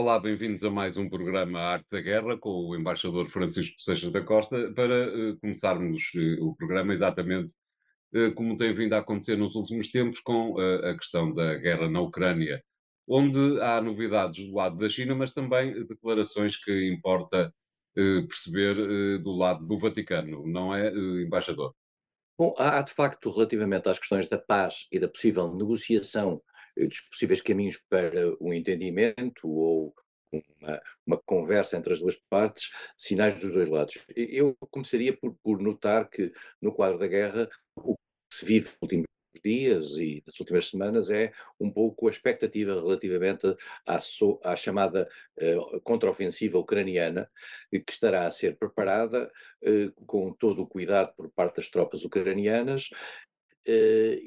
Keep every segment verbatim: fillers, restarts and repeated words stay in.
Olá, bem-vindos a mais um programa Arte da Guerra com o embaixador Francisco Seixas da Costa para eh, começarmos eh, o programa exatamente eh, como tem vindo a acontecer nos últimos tempos com eh, a questão da guerra na Ucrânia, onde há novidades do lado da China, mas também eh, declarações que importa eh, perceber eh, do lado do Vaticano, não é, eh, embaixador? Bom, há, há de facto, relativamente às questões da paz e da possível negociação, eh, dos possíveis caminhos para um entendimento ou uma, uma conversa entre as duas partes, sinais dos dois lados. E Eu começaria por, por notar que, no quadro da guerra, o que se vive nos últimos dias e nas últimas semanas é um pouco a expectativa relativamente à, so- à chamada eh, contraofensiva ucraniana, eh, que estará a ser preparada eh, com todo o cuidado por parte das tropas ucranianas, eh,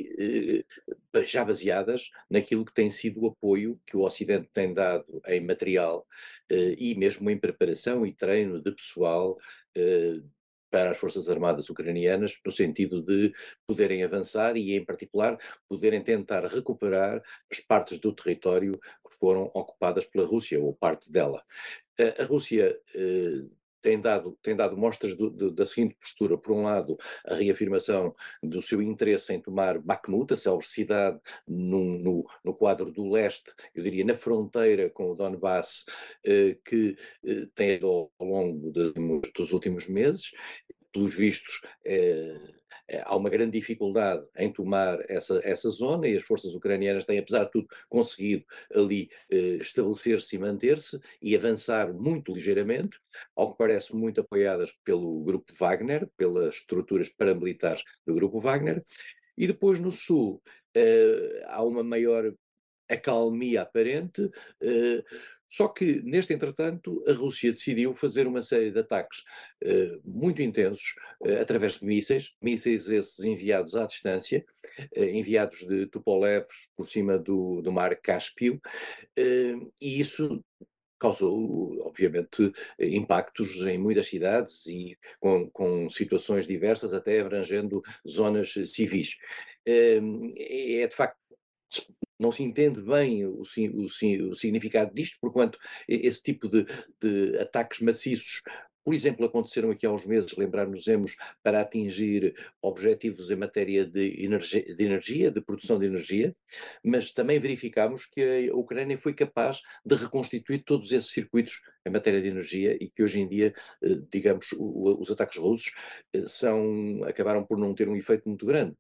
e eh, já baseadas naquilo que tem sido o apoio que o Ocidente tem dado em material, eh, e mesmo em preparação e treino de pessoal, eh, para as Forças Armadas ucranianas, no sentido de poderem avançar e, em particular, poderem tentar recuperar as partes do território que foram ocupadas pela Rússia, ou parte dela. A, a Rússia eh, tem dado, tem dado mostras do, do, da seguinte postura: por um lado, a reafirmação do seu interesse em tomar Bakhmut, a célebre cidade num, no, no quadro do leste, eu diria na fronteira com o Donbass, eh, que eh, tem ao, ao longo de, dos últimos meses. Pelos vistos, eh, eh, há uma grande dificuldade em tomar essa, essa zona, e as forças ucranianas têm, apesar de tudo, conseguido ali eh, estabelecer-se e manter-se e avançar muito ligeiramente, ao que parece muito apoiadas pelo grupo Wagner, pelas estruturas paramilitares do grupo Wagner. E depois no sul eh, há uma maior acalmia aparente, eh, só que, neste entretanto, a Rússia decidiu fazer uma série de ataques eh, muito intensos, eh, através de mísseis, mísseis esses enviados à distância, eh, enviados de Tupolev por cima do, do mar Cáspio, eh, e isso causou, obviamente, impactos em muitas cidades e com, com situações diversas, até abrangendo zonas civis. Eh, É de facto, não se entende bem o, si- o si- o significado disto, porquanto e- esse tipo de, de ataques maciços, por exemplo, aconteceram aqui há uns meses, lembrar-nos-emos, para atingir objetivos em matéria de energia, de energia, de produção de energia, mas também verificamos que a Ucrânia foi capaz de reconstituir todos esses circuitos em matéria de energia e que hoje em dia, eh, digamos, o- o- os ataques russos eh, são, acabaram por não ter um efeito muito grande.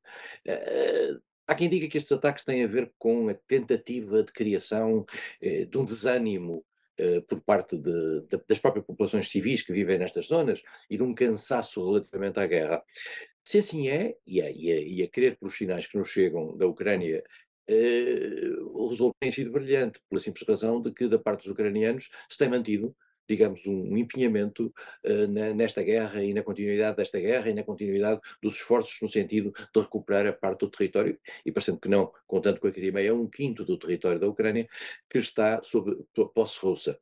Eh, Há quem diga que estes ataques têm a ver com a tentativa de criação eh, de um desânimo eh, por parte de- de- das próprias populações civis que vivem nestas zonas e de um cansaço relativamente à guerra. Se assim é, e a, e a, e a crer pelos sinais que nos chegam da Ucrânia, eh, o resultado tem sido brilhante, pela simples razão de que, da parte dos ucranianos, se tem mantido, digamos, um empenhamento eh, na- nesta guerra e na continuidade desta guerra e na continuidade dos esforços no sentido de recuperar a parte do território, e parecendo que não, contando com a Crimeia, um quinto do território da Ucrânia que está sob posse russa.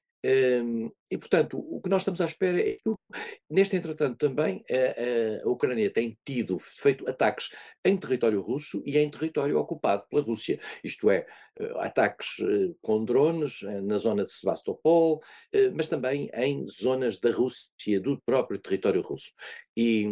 Hum, e, portanto, o que nós estamos à espera é que, neste entretanto, também a, a- a Ucrânia tem tido, feito ataques em território russo e em território ocupado pela Rússia. Isto é, eh, ataques eh, com drones eh, na zona de Sebastopol, eh, mas também em zonas da Rússia, do próprio território russo. E,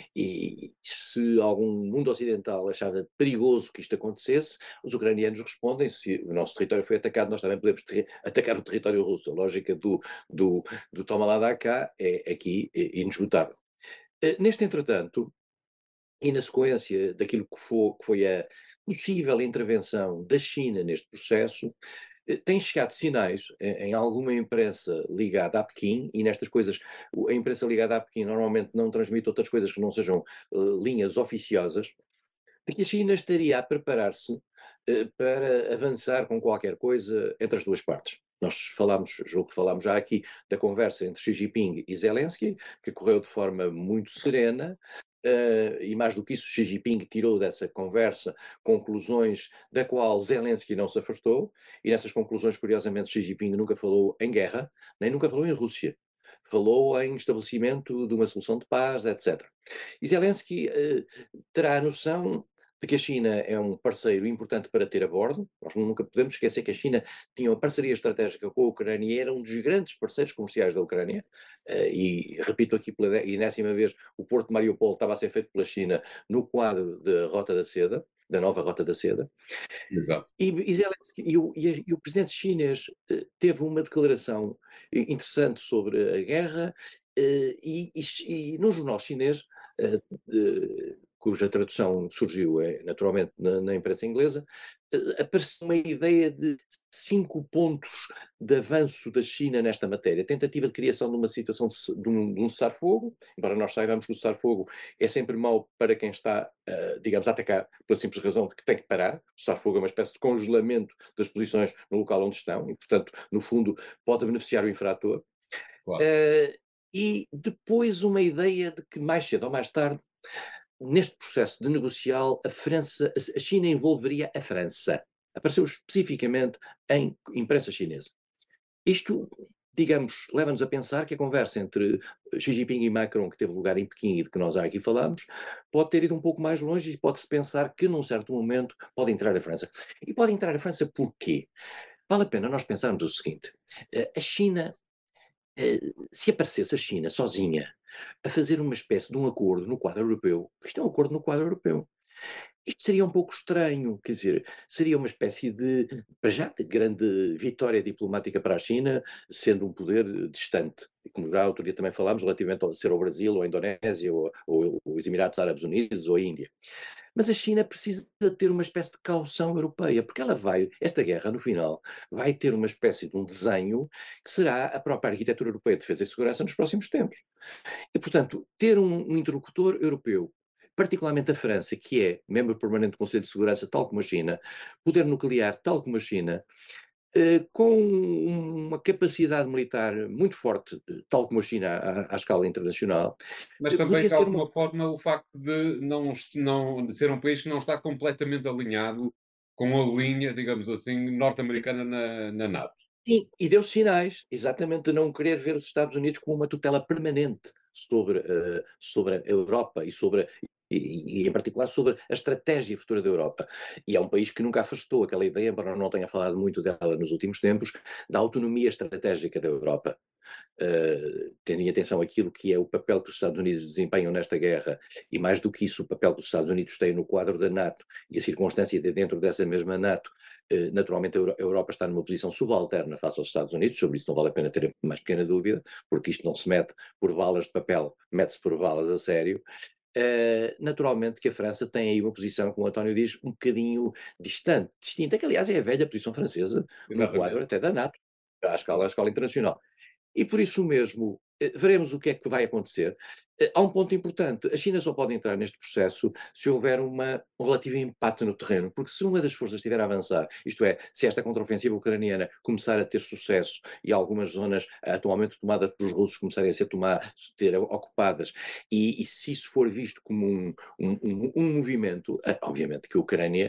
e se algum mundo ocidental achava perigoso que isto acontecesse, os ucranianos respondem: se o nosso território foi atacado, nós também podemos ter- atacar o território russo. A lógica do, do, do toma lá da cá é aqui é inesgotável. Eh, Neste entretanto, e na sequência daquilo que foi, que foi a possível intervenção da China neste processo, eh, têm chegado sinais em, em alguma imprensa ligada a Pequim, e nestas coisas, o- a imprensa ligada a Pequim normalmente não transmite outras coisas que não sejam eh, linhas oficiosas, de que a China estaria a preparar-se eh, para avançar com qualquer coisa entre as duas partes. Nós falámos, julgo que falámos já aqui da conversa entre Xi Jinping e Zelensky, que correu de forma muito serena, eh, e mais do que isso, Xi Jinping tirou dessa conversa conclusões da qual Zelensky não se afastou, e nessas conclusões, curiosamente, Xi Jinping nunca falou em guerra, nem nunca falou em Rússia. Falou em estabelecimento de uma solução de paz, etcétera. E Zelensky eh, terá a noção de que a China é um parceiro importante para ter a bordo. Nós nunca podemos esquecer que a China tinha uma parceria estratégica com a Ucrânia e era um dos grandes parceiros comerciais da Ucrânia. Uh, e repito aqui pela enésima vez, o Porto de Mariupol estava a ser feito pela China no quadro da Rota da Seda, da nova Rota da Seda. Exato. E, e, Zelensky, e, o, e, e o presidente chinês uh, teve uma declaração interessante sobre a guerra uh, e, e, e no jornal chinês, uh, cuja tradução surgiu é, naturalmente na, na imprensa inglesa, uh, apareceu uma ideia de cinco pontos de avanço da China nesta matéria. Tentativa de criação de uma situação de, de um, de um cessar-fogo, embora nós saibamos que o cessar-fogo é sempre mau para quem está, uh, digamos, a atacar, pela simples razão de que tem que parar. O cessar-fogo é uma espécie de congelamento das posições no local onde estão e, portanto, no fundo, pode beneficiar o infrator. Claro. Uh, e depois uma ideia de que mais cedo ou mais tarde, neste processo de negocial, a França, a China envolveria a França. Apareceu especificamente em imprensa chinesa. Isto, digamos, leva-nos a pensar que a conversa entre Xi Jinping e Macron, que teve lugar em Pequim e de que nós já aqui falamos, pode ter ido um pouco mais longe e pode-se pensar que, num certo momento, pode entrar a França. E pode entrar a França porquê? Vale a pena nós pensarmos o seguinte: a China, se aparecesse a China sozinha a fazer uma espécie de um acordo no quadro europeu, isto é um acordo no quadro europeu, isto seria um pouco estranho, quer dizer, seria uma espécie de, para já, de grande vitória diplomática para a China, sendo um poder distante. E como já outro dia também falámos, relativamente a ser o Brasil, ou a Indonésia, ou, ou, ou os Emirados Árabes Unidos, ou a Índia. Mas a China precisa ter uma espécie de caução europeia, porque ela vai, esta guerra, no final, vai ter uma espécie de um desenho que será a própria arquitetura europeia de defesa e segurança nos próximos tempos. E, portanto, ter um, um interlocutor europeu, particularmente a França, que é membro permanente do Conselho de Segurança, tal como a China, poder nuclear, tal como a China, eh, com uma capacidade militar muito forte, tal como a China à, à escala internacional, Mas eh, também, poderia de ser uma. alguma forma, o facto de não, não, de ser um país que não está completamente alinhado com a linha, digamos assim, norte-americana na, na NATO. Sim, e deu sinais, exatamente, de não querer ver os Estados Unidos como uma tutela permanente sobre, uh, sobre a Europa e sobre e, e, em particular sobre a estratégia futura da Europa. E é um país que nunca afastou aquela ideia, embora não tenha falado muito dela nos últimos tempos, da autonomia estratégica da Europa. Uh, tendo em atenção aquilo que é o papel que os Estados Unidos desempenham nesta guerra, e mais do que isso, o papel que os Estados Unidos têm no quadro da NATO e a circunstância de dentro dessa mesma NATO, uh, naturalmente a, Euro a Europa está numa posição subalterna face aos Estados Unidos, sobre isso não vale a pena ter mais pequena dúvida, porque isto não se mete por balas de papel, mete-se por balas a sério. Uh, naturalmente que a França tem aí uma posição, como o António diz, um bocadinho distante, distinta, que aliás é a velha posição francesa, no quadro Exatamente. até da NATO, à escala, à escala internacional. E por isso mesmo, eh, veremos o que é que vai acontecer. Eh, Há um ponto importante: a China só pode entrar neste processo se houver uma, um relativo empate no terreno, porque se uma das forças estiver a avançar, isto é, se esta contraofensiva ucraniana começar a ter sucesso e algumas zonas atualmente tomadas pelos russos começarem a ser tomadas, ter ocupadas, e, e se isso for visto como um, um, um, um movimento, eh, obviamente que a Ucrânia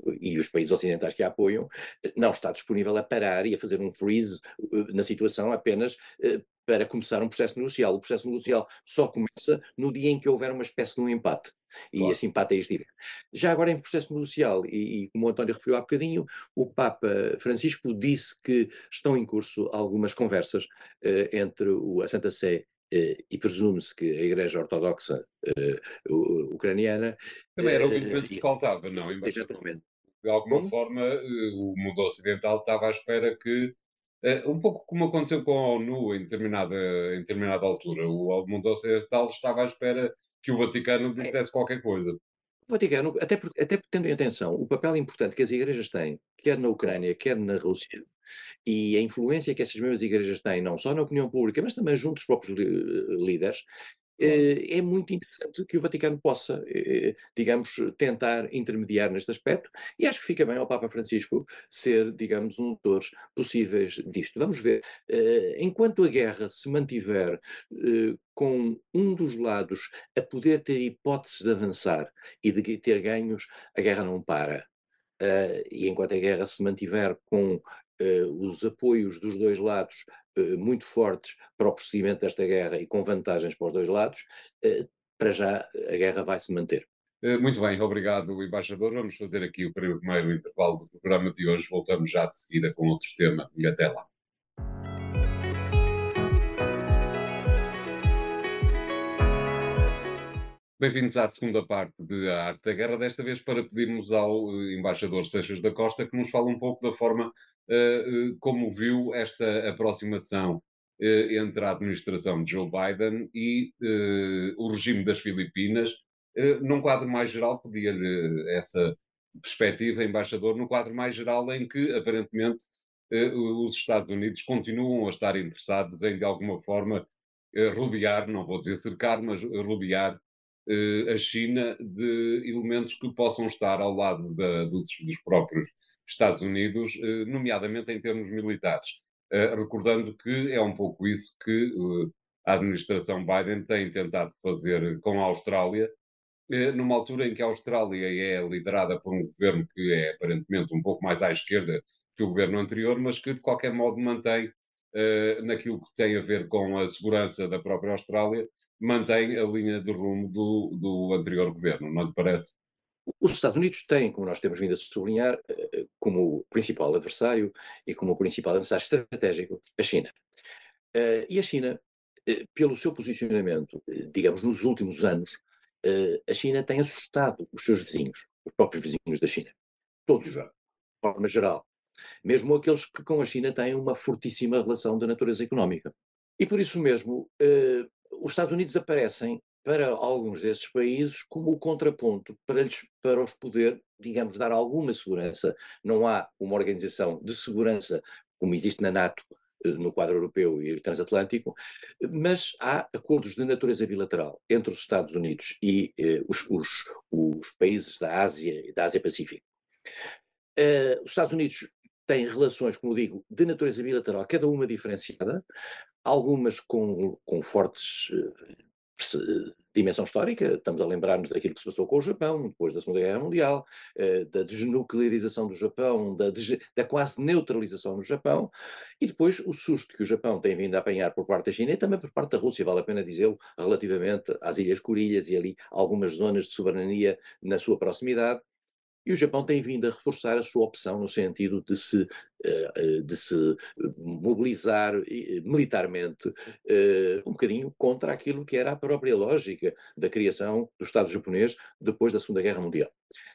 e os países ocidentais que a apoiam eh, não está disponível a parar e a fazer um freeze eh, na situação apenas eh, para começar um processo negocial. O processo negocial só começa no dia em que houver uma espécie de um empate. E Claro. esse empate é este. Já agora em processo negocial, e, e como o António referiu há bocadinho, o Papa Francisco disse que estão em curso algumas conversas eh, entre o, a Santa Sé eh, e presume-se que a Igreja Ortodoxa eh, ucraniana Também era o eh, elemento que e, faltava, não, embaixador? eventualmente. De alguma Como? forma, eh, o mundo ocidental estava à espera que, eh, um pouco como aconteceu com a ONU em determinada, em determinada altura, o mundo ocidental estava à espera que o Vaticano lhe desse qualquer coisa. O Vaticano, até porque, até porque tendo em atenção o papel importante que as igrejas têm, quer na Claro, Ucrânia, quer na Rússia, e a influência que essas mesmas igrejas têm, não só na opinião pública, mas também junto dos próprios li- líderes, claro. eh, é muito interessante que o Vaticano possa, eh, digamos, tentar intermediar neste aspecto, e acho que fica bem ao Papa Francisco ser, digamos, um dos possíveis disto. Vamos ver. Eh, enquanto a guerra se mantiver eh, com um dos lados a poder ter hipóteses de avançar e de ter ganhos, a guerra não para. Uh, e enquanto a guerra se mantiver com uh, os apoios dos dois lados uh, muito fortes para o procedimento desta guerra e com vantagens para os dois lados, uh, para já a guerra vai se manter. Eh, Muito bem, obrigado, embaixador. Vamos fazer aqui o primeiro intervalo do programa de hoje. Voltamos já de seguida com outro tema. E até lá. Bem-vindos à segunda parte de A Arte da Guerra, desta vez para pedirmos ao eh, embaixador Seixas da Costa que nos fale um pouco da forma eh, eh, como viu esta aproximação eh, entre a administração de Joe Biden e eh, o regime das Filipinas, eh, num quadro mais geral, pedia-lhe essa perspectiva, embaixador, no quadro mais geral em que, aparentemente, eh, os Estados Unidos continuam a estar interessados em, de alguma forma, eh, rodear, não vou dizer cercar, mas rodear eh, a China de elementos que possam estar ao lado da, dos, dos, próprios Estados Unidos, eh, nomeadamente em termos militares. Eh, recordando que é um pouco isso que eh, a administração Biden tem tentado fazer com a Austrália, eh, numa altura em que a Austrália é liderada por um governo que é aparentemente um pouco mais à esquerda que o governo anterior, mas que de qualquer modo mantém, eh, naquilo que tem a ver com a segurança da própria Austrália, mantém a linha de rumo do, do anterior governo, não lhe parece? Os Estados Unidos têm, como nós temos vindo a sublinhar, eh, como principal adversário e como principal adversário estratégico a China. Eh, e a China, eh, pelo seu posicionamento, eh, digamos, nos últimos anos, eh, a China tem assustado os seus vizinhos, os próprios vizinhos da China. Todos, de Exato. forma geral. Mesmo aqueles que com a China têm uma fortíssima relação de natureza económica. E por isso mesmo, eh, os Estados Unidos aparecem para alguns desses países como o contraponto para, lhes, para os poder, digamos, dar alguma segurança. Não há uma organização de segurança como existe na NATO, eh, no quadro europeu e transatlântico, mas há acordos de natureza bilateral entre os Estados Unidos e eh, os, os, os países da Ásia e da Ásia-Pacífico. Uh, os Estados Unidos têm relações, como digo, de natureza bilateral, cada uma diferenciada, algumas com, com fortes uh, dimensão histórica. Estamos a lembrar-nos daquilo que se passou com o Japão, depois da Segunda Guerra Mundial, uh, da desnuclearização do Japão, da, da quase neutralização do Japão, e depois o susto que o Japão tem vindo a apanhar por parte da China e também por parte da Rússia, vale a pena dizê-lo, relativamente às Ilhas Kurilhas e ali algumas zonas de soberania na sua proximidade. E o Japão tem vindo a reforçar a sua opção no sentido de se, uh, de se mobilizar uh, militarmente uh, um bocadinho contra aquilo que era a própria lógica da criação do Estado japonês depois da Segunda Guerra Mundial.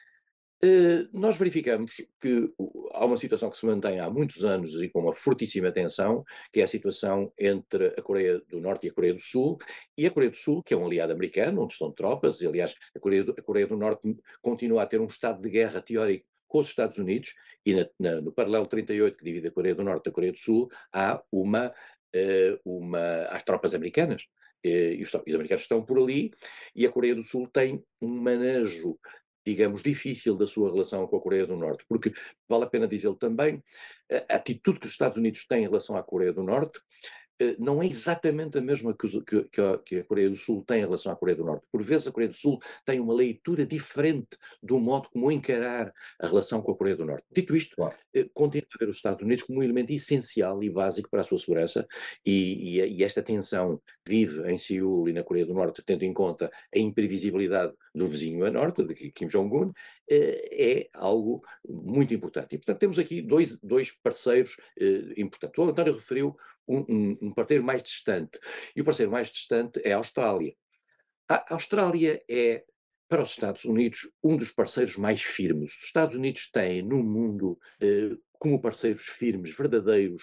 Uh, nós verificamos que uh, há uma situação que se mantém há muitos anos e com uma fortíssima tensão, que é a situação entre a Coreia do Norte e a Coreia do Sul, e a Coreia do Sul, que é um aliado americano, onde estão tropas, e aliás a Coreia do, a Coreia do Norte continua a ter um estado de guerra teórico com os Estados Unidos, e na, na, no paralelo trinta e oito, que divide a Coreia do Norte da Coreia do Sul, há uma, uh, uma as tropas americanas. E os, os americanos estão por ali, e a Coreia do Sul tem um manejo, digamos, difícil da sua relação com a Coreia do Norte, porque, vale a pena dizê-lo também, a atitude que os Estados Unidos têm em relação à Coreia do Norte não é exatamente a mesma que, que, que, a, que a Coreia do Sul tem em relação à Coreia do Norte. Por vezes a Coreia do Sul tem uma leitura diferente do modo como encarar a relação com a Coreia do Norte. Dito isto, Claro. eh, continua a ver os Estados Unidos como um elemento essencial e básico para a sua segurança, e, e, e esta tensão que vive em Seul e na Coreia do Norte, tendo em conta a imprevisibilidade do vizinho a norte, de Kim Jong-un, eh, é algo muito importante. E, portanto, temos aqui dois, dois parceiros eh, importantes. O António referiu um, um, um parceiro mais distante. E o parceiro mais distante é a Austrália. A Austrália é, para os Estados Unidos, um dos parceiros mais firmes. Os Estados Unidos têm no mundo eh, como parceiros firmes, verdadeiros,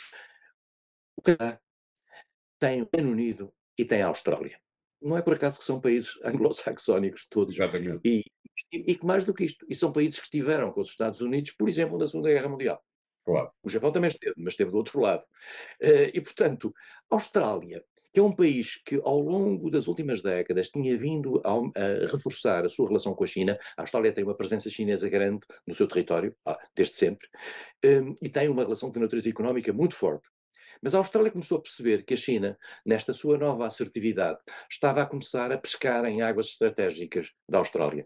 o Canadá, tem o Reino Unido e tem a Austrália. Não é por acaso que são países anglo-saxónicos todos. Exatamente. E, e, e que mais do que isto, e são países que estiveram com os Estados Unidos, por exemplo, na Segunda Guerra Mundial. Claro. O Japão também esteve, mas esteve do outro lado. Uh, e, portanto, a Austrália, que é um país que ao longo das últimas décadas tinha vindo a, a reforçar a sua relação com a China. A Austrália tem uma presença chinesa grande no seu território, ah, desde sempre, um, e tem uma relação de natureza económica muito forte. Mas a Austrália começou a perceber que a China, nesta sua nova assertividade, estava a começar a pescar em águas estratégicas da Austrália.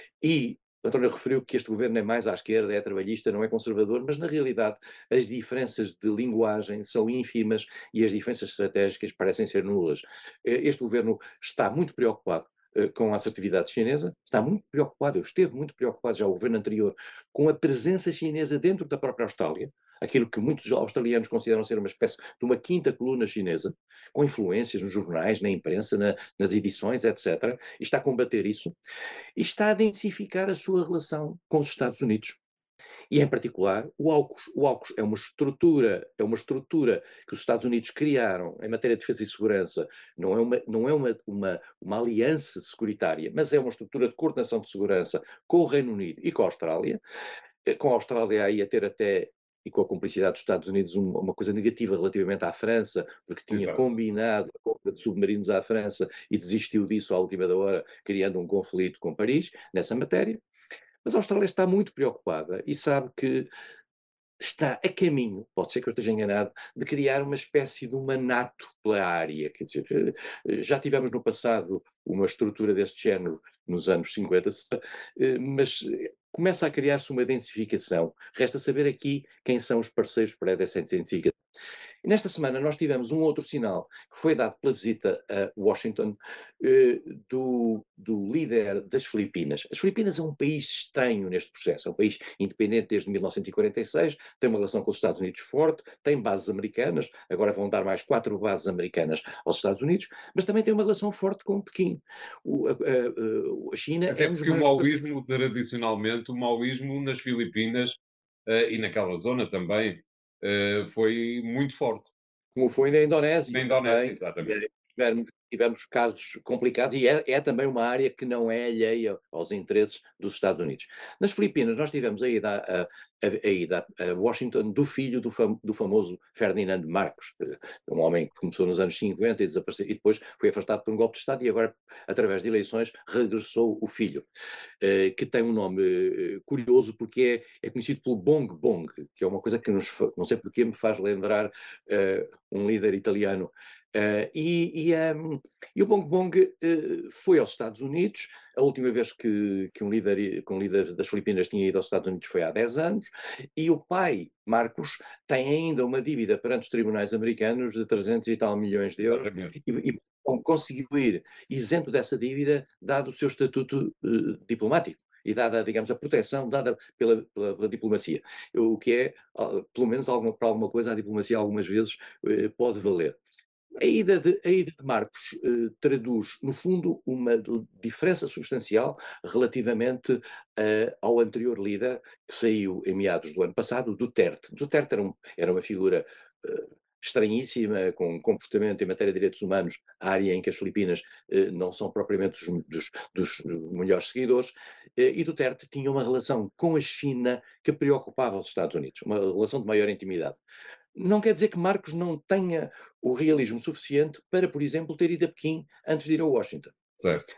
E António referiu que este governo é mais à esquerda, é trabalhista, não é conservador, mas na realidade as diferenças de linguagem são ínfimas e as diferenças estratégicas parecem ser nulas. Este governo está muito preocupado uh, com a assertividade chinesa, está muito preocupado, esteve muito preocupado já o governo anterior, com a presença chinesa dentro da própria Austrália, aquilo que muitos australianos consideram ser uma espécie de uma quinta coluna chinesa, com influências nos jornais, na imprensa, na, nas edições, etcétera, e está a combater isso, e está a densificar a sua relação com os Estados Unidos. E, em particular, o AUKUS. O AUKUS é uma estrutura, é uma estrutura que os Estados Unidos criaram em matéria de defesa e segurança. Não é uma, não é uma, uma, uma aliança securitária, mas é uma estrutura de coordenação de segurança com o Reino Unido e com a Austrália. Com a Austrália aí a ter até, e com a cumplicidade dos Estados Unidos, uma, uma coisa negativa relativamente à França, porque tinha Exato. combinado a compra de submarinos à França e desistiu disso à última da hora, criando um conflito com Paris nessa matéria. Mas a Austrália está muito preocupada e sabe que está a caminho, pode ser que eu esteja enganado, de criar uma espécie de uma NATO pela área. Quer dizer, eh, eh, já tivemos no passado uma estrutura deste género nos anos cinquenta, eh, mas eh, começa a criar-se uma densificação. Resta saber aqui quem são os parceiros para essa densificação. E nesta semana nós tivemos um outro sinal que foi dado pela visita a Washington eh, do, do líder das Filipinas. As Filipinas é um país estranho neste processo, é um país independente desde mil novecentos e quarenta e seis, tem uma relação com os Estados Unidos forte, tem bases americanas, agora vão dar mais quatro bases americanas aos Estados Unidos, mas também tem uma relação forte com Pequim. O, a, a, a China Até é um dos porque o maiores parceiros. maoísmo, tradicionalmente, o maoísmo nas Filipinas eh, e naquela zona também eh, foi muito forte. Como foi na Na Indonésia Indonésia, também, exatamente. e tivemos, tivemos casos complicados e é, é também uma área que não é alheia aos interesses dos Estados Unidos. Nas Filipinas nós tivemos a ida a, a, a, ida a Washington do filho do, fam, do famoso Ferdinand Marcos, um homem que começou nos anos cinquenta e desapareceu, e depois foi afastado por um golpe de Estado e agora, através de eleições, regressou o filho. Uh, que tem um nome uh, curioso porque é, é, conhecido pelo Bong Bong, que é uma coisa que nos, não sei porquê, me faz lembrar uh, um líder italiano. Uh, e, e, um, e o Bong Bong uh, foi aos Estados Unidos. A última vez que, que, um líder, que um líder das Filipinas tinha ido aos Estados Unidos foi há dez anos, e o pai, Marcos, tem ainda uma dívida perante os tribunais americanos de trezentos e tal milhões de euros, Exatamente. e, e conseguiu ir isento dessa dívida, dado o seu estatuto uh, diplomático e dada, digamos, a proteção dada pela, pela, pela diplomacia. O que é, uh, pelo menos alguma, para alguma coisa, a diplomacia algumas vezes uh, pode valer. A ida de, a ida de Marcos uh, traduz, no fundo, uma diferença substancial relativamente uh, ao anterior líder, que saiu em meados do ano passado, Duterte. Duterte era, um, era uma figura uh, estranhíssima, com um comportamento em matéria de direitos humanos, área em que as Filipinas uh, não são propriamente dos, dos, dos melhores seguidores, uh, e Duterte tinha uma relação com a China que preocupava os Estados Unidos, uma relação de maior intimidade. Não quer dizer que Marcos não tenha o realismo suficiente para, por exemplo, ter ido a Pequim antes de ir a Washington. Certo.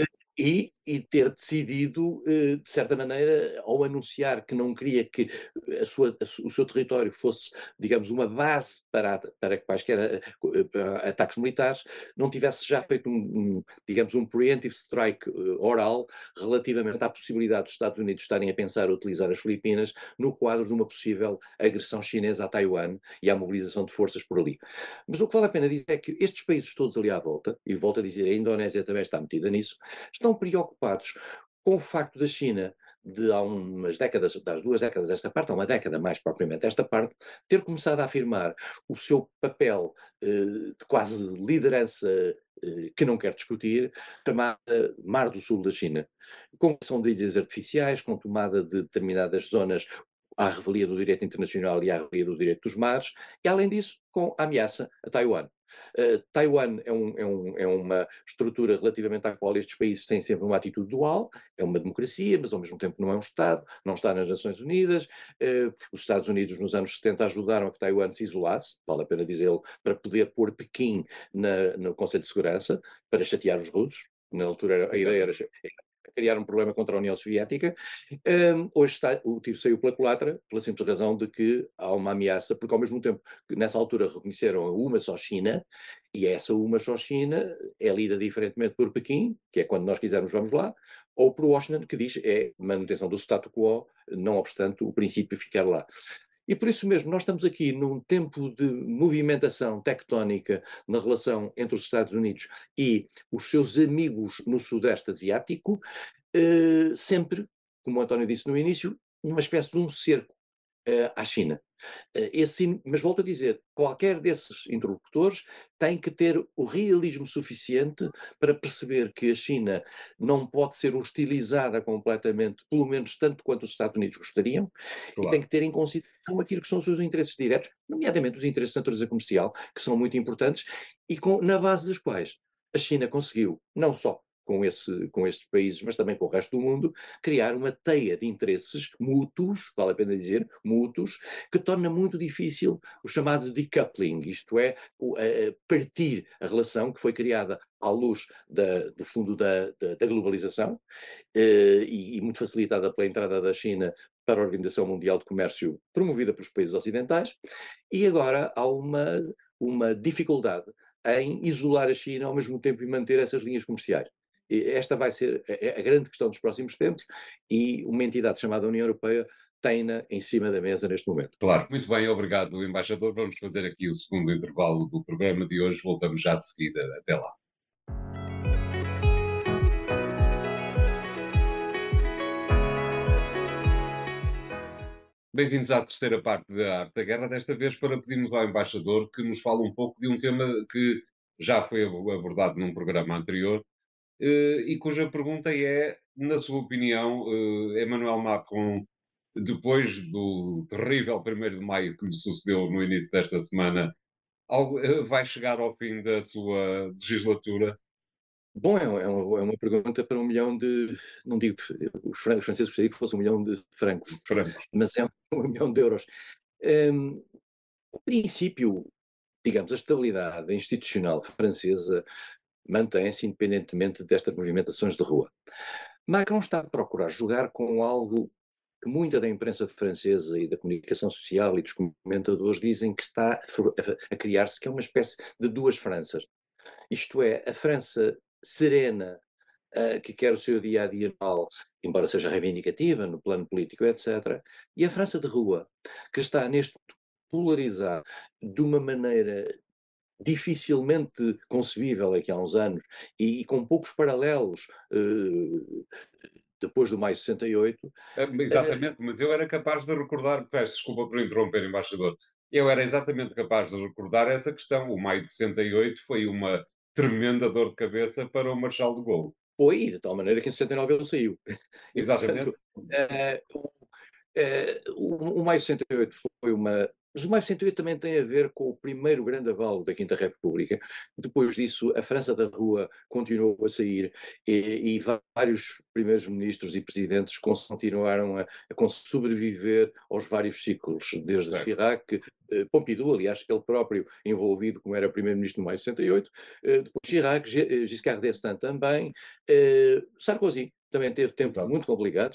E, e ter decidido, eh, de certa maneira, ao anunciar que não queria que a sua, a su- o seu território fosse, digamos, uma base para, para quaisquer eh, eh, ataques militares, não tivesse já feito um, um, digamos, um preemptive strike eh, oral relativamente à possibilidade dos Estados Unidos estarem a pensar utilizar as Filipinas no quadro de uma possível agressão chinesa a Taiwan e à mobilização de forças por ali. Mas o que vale a pena dizer é que estes países todos ali à volta, e volto a dizer, a Indonésia também está metida nisso, estão preocupados com o facto da China, de há umas décadas, das duas décadas esta parte, há uma década mais propriamente esta parte, ter começado a afirmar o seu papel eh, de quase liderança eh, que não quer discutir, chamada Mar do Sul da China, com criação de ilhas artificiais, com tomada de determinadas zonas à revelia do direito internacional e à revelia do direito dos mares, e além disso, com a ameaça a Taiwan. Uh, Taiwan é, um, é, um, é, uma estrutura relativamente à qual estes países têm sempre uma atitude dual, é uma democracia, mas ao mesmo tempo não é um Estado, não está nas Nações Unidas. Uh, os Estados Unidos nos anos setenta ajudaram a que Taiwan se isolasse, vale a pena dizê-lo, para poder pôr Pequim na, no Conselho de Segurança, para chatear os russos. Na altura a ideia era criar um problema contra a União Soviética. Um, hoje está, o tiro saiu pela culatra, pela simples razão de que há uma ameaça, porque ao mesmo tempo que nessa altura reconheceram a uma só China, e essa uma só China é lida diferentemente por Pequim, que é quando nós quisermos vamos lá, ou por Washington, que diz é manutenção do status quo, não obstante o princípio ficar lá. E por isso mesmo, nós estamos aqui num tempo de movimentação tectónica na relação entre os Estados Unidos e os seus amigos no Sudeste Asiático, eh, sempre, como o António disse no início, uma espécie de um cerco eh, à China. Eh, esse, mas volto a dizer, qualquer desses interlocutores tem que ter o realismo suficiente para perceber que a China não pode ser hostilizada completamente, pelo menos tanto quanto os Estados Unidos gostariam, e tem Claro. que ter em consideração aquilo que são os seus interesses diretos, nomeadamente os interesses de natureza comercial, que são muito importantes, e com, na base dos quais a China conseguiu, não só com, esse, com estes países, mas também com o resto do mundo, criar uma teia de interesses mútuos, vale a pena dizer, mútuos, que torna muito difícil o chamado decoupling, isto é, o, a, a partir a relação que foi criada à luz da, do fundo da, da, da globalização eh, e, e muito facilitada pela entrada da China para a Organização Mundial de Comércio promovida pelos países ocidentais, e agora há uma, uma dificuldade em isolar a China ao mesmo tempo e manter essas linhas comerciais. Esta vai ser a, a grande questão dos próximos tempos e uma entidade chamada União Europeia tem-na em cima da mesa neste momento. Claro, muito bem, obrigado, embaixador. Vamos fazer aqui o segundo intervalo do programa de hoje. Voltamos já de seguida. Até lá. Bem-vindos à terceira parte da Arte da Guerra, desta vez para pedirmos ao embaixador que nos fale um pouco de um tema que já foi abordado num programa anterior, eh, e cuja pergunta é, na sua opinião, eh, Emmanuel Macron, depois do terrível primeiro de maio que lhe sucedeu no início desta semana, algo- eh, vai chegar ao fim da sua legislatura? Bom, é, um- é uma, é uma pergunta para um milhão de, não digo, de, os, fran- os franceses gostariam que fosse um milhão de francos, Francos. mas é um, um milhão de euros. Hum, o princípio, digamos, a estabilidade institucional francesa mantém-se independentemente destas movimentações de rua. Macron está a procurar jogar com algo que muita da imprensa francesa e da comunicação social e dos comentadores dizem que está a, for- a- a criar-se, que é uma espécie de duas Franças. Isto é, a França serena, ah, que quer o seu dia a dia normal, embora seja reivindicativa no plano político, etcétera, e a França de rua, que está neste momento polarizada de uma maneira dificilmente concebível aqui há uns anos e, e com poucos paralelos eh, depois do maio de sessenta e oito. Ah, eh, exatamente, mas eu era capaz de recordar, peço desculpa por interromper, embaixador, eu era exatamente capaz de recordar essa questão. O maio de sessenta e oito foi uma tremenda dor de cabeça para o Marshal de Gaulle. Foi, de tal maneira que em sessenta e nove ele saiu. E, Exatamente. portanto, eh, Eh, o, o Maio sessenta e oito foi uma. Mas o Maio sessenta e oito também tem a ver com o primeiro grande avalo da Quinta República. Depois disso, a França da Rua continuou a sair e, e vários primeiros ministros e presidentes continuaram a, a sobreviver aos vários ciclos, desde Certo. Chirac, eh, Pompidou, aliás, ele próprio envolvido como era primeiro-ministro no Maio sessenta e oito, eh, depois Chirac, G- Giscard d'Estaing também, eh, Sarkozy também teve tempos Exato. muito complicados.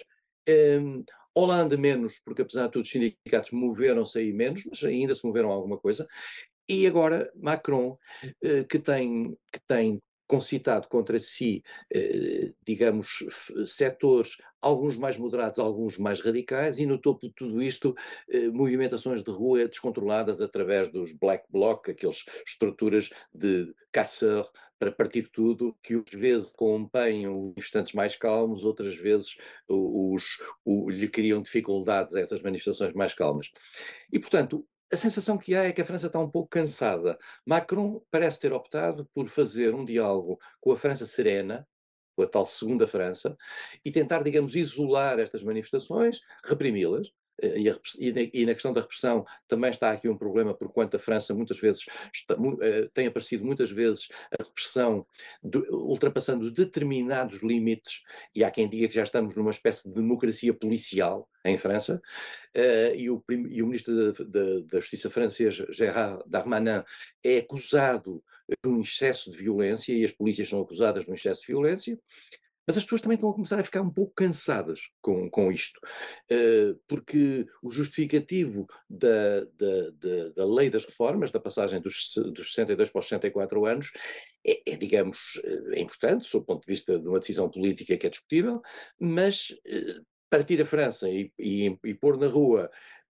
Em, Hollande menos, porque apesar de tudo os sindicatos moveram-se aí menos, mas ainda se moveram alguma coisa. E agora Macron, eh, que tem, que tem concitado contra si, eh, digamos, f- setores, alguns mais moderados, alguns mais radicais, e no topo de tudo isto, eh, movimentações de rua descontroladas através dos black bloc, aquelas estruturas de caçeur para partir tudo, que às vezes acompanham os manifestantes mais calmos, outras vezes os, o- lhe criam dificuldades a essas manifestações mais calmas. E, portanto, a sensação que há é que a França está um pouco cansada. Macron parece ter optado por fazer um diálogo com a França serena, com a tal segunda França, e tentar, digamos, isolar estas manifestações, reprimi-las. eh, E, a repress- e na, e na questão da repressão também está aqui um problema, porquanto a França muitas vezes está mu- eh, tem aparecido muitas vezes a repressão de- ultrapassando determinados limites, e há quem diga que já estamos numa espécie de democracia policial em França, eh, e, o, prim- e o ministro da, da- da Justiça francês, Gérard Darmanin, é acusado de um excesso de violência e as polícias são acusadas de um excesso de violência, mas as pessoas também estão a começar a ficar um pouco cansadas com, com isto, eh, porque o justificativo da, da, da, da lei das reformas, da passagem dos, dos sessenta e dois para os sessenta e quatro anos, é, é, digamos, eh, é importante, sob o ponto de vista de uma decisão política que é discutível, mas eh, partir a França e, e, e pôr na rua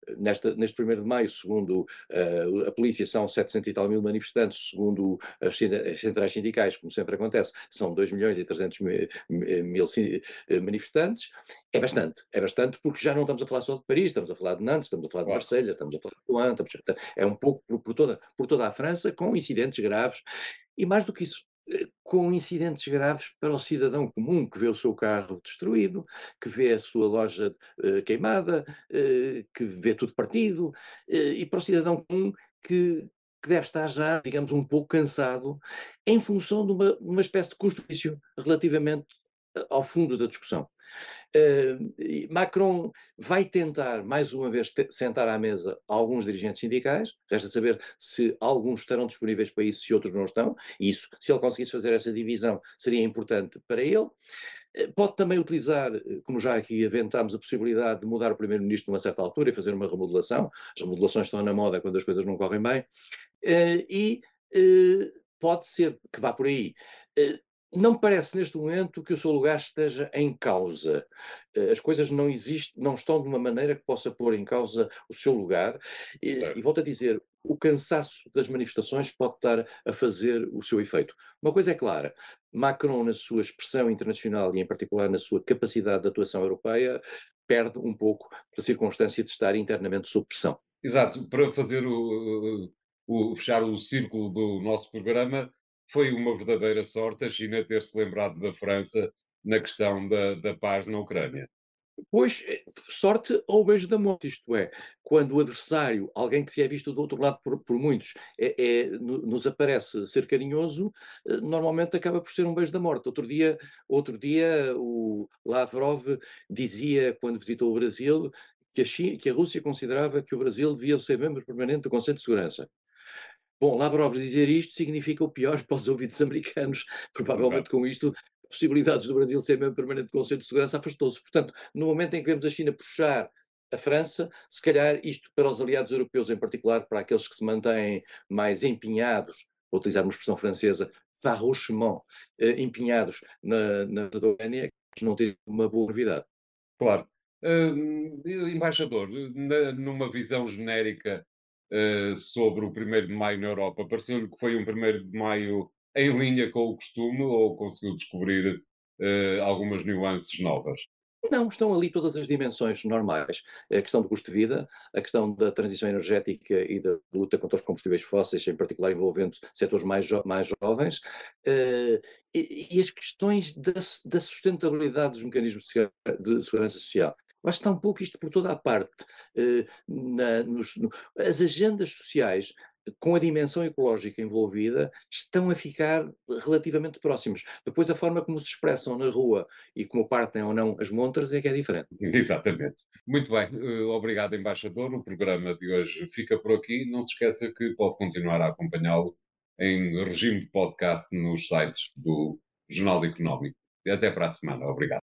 nesta, neste primeiro de maio, segundo uh, a polícia, são setecentos e tal mil manifestantes, segundo as, as centrais sindicais, como sempre acontece, são dois milhões e trezentos mil, mil manifestantes. É bastante, é bastante, porque já não estamos a falar só de Paris, estamos a falar de Nantes, estamos a falar de Claro. Marselha, estamos a falar de Rouen, estamos a, é um pouco por, por, toda, por toda a França, com incidentes graves, e mais do que isso, com incidentes graves para o cidadão comum, que vê o seu carro destruído, que vê a sua loja uh, queimada, uh, que vê tudo partido, uh, e para o cidadão comum que, que deve estar já, digamos, um pouco cansado, em função de uma, uma espécie de custo-benefício relativamente ao fundo da discussão. Uh, Macron vai tentar, mais uma vez, te- sentar à mesa alguns dirigentes sindicais, resta saber se alguns estarão disponíveis para isso, se outros não estão, e isso, se ele conseguisse fazer essa divisão, seria importante para ele. Uh, Pode também utilizar, uh, como já aqui aventámos, a possibilidade de mudar o primeiro-ministro numa certa altura e fazer uma remodelação. As remodelações estão na moda quando as coisas não correm bem. Uh, e uh, pode ser que vá por aí. Uh, não parece neste momento que o seu lugar esteja em causa. Uh, as coisas não existem, não estão de uma maneira que possa pôr em causa o seu lugar. E, e volto a dizer, o cansaço das manifestações pode estar a fazer o seu efeito. Uma coisa é clara, Macron, na sua expressão internacional e em particular na sua capacidade de atuação europeia, perde um pouco pela circunstância de estar internamente sob pressão. Exato, para fazer o, o- fechar o círculo do nosso programa, foi uma verdadeira sorte a China ter-se lembrado da França na questão da, da paz na Ucrânia. Pois, eh, sorte ou beijo da morte, isto é, quando o adversário, alguém que se é visto do outro lado por, por muitos, é, é- no- nos aparece ser carinhoso, eh, normalmente acaba por ser um beijo da morte. Outro dia, outro dia o Lavrov dizia, quando visitou o Brasil, que a, Chi- que a Rússia considerava que o Brasil devia ser membro permanente do Conselho de Segurança. Bom, Lavrov dizer isto significa o pior para os ouvidos americanos. Exato. Provavelmente com isto, possibilidades do Brasil ser membro permanente do Conselho de Segurança afastou-se. Portanto, no momento em que vemos a China puxar a França, se calhar isto para os aliados europeus, em particular para aqueles que se mantêm mais empenhados, vou utilizar uma expressão francesa, farouchement eh, empenhados na, na Ucrânia, não tem uma boa novidade. Claro. Hum, embaixador, na- numa visão genérica, eh, sobre o primeiro de maio na Europa, pareceu-lhe que foi um primeiro de maio em linha com o costume ou conseguiu descobrir, eh, algumas nuances novas? Não, estão ali todas as dimensões normais. A questão do custo de vida, a questão da transição energética e da luta contra os combustíveis fósseis, em particular envolvendo setores mais, jo mais jovens, eh, e, e as questões da, su- da sustentabilidade dos mecanismos de, segura- de segurança social. Eu acho que está um pouco isto por toda a parte. eh, na- nos- no- as agendas sociais com a dimensão ecológica envolvida estão a ficar relativamente próximas. Depois, a forma como se expressam na rua e como partem ou não as montras é que é diferente. Exatamente. Muito bem, eh, obrigado, embaixador. O programa de hoje fica por aqui. Não se esqueça que pode continuar a acompanhá-lo em regime de podcast nos sites do Jornal Económico. E até para a semana. Obrigado.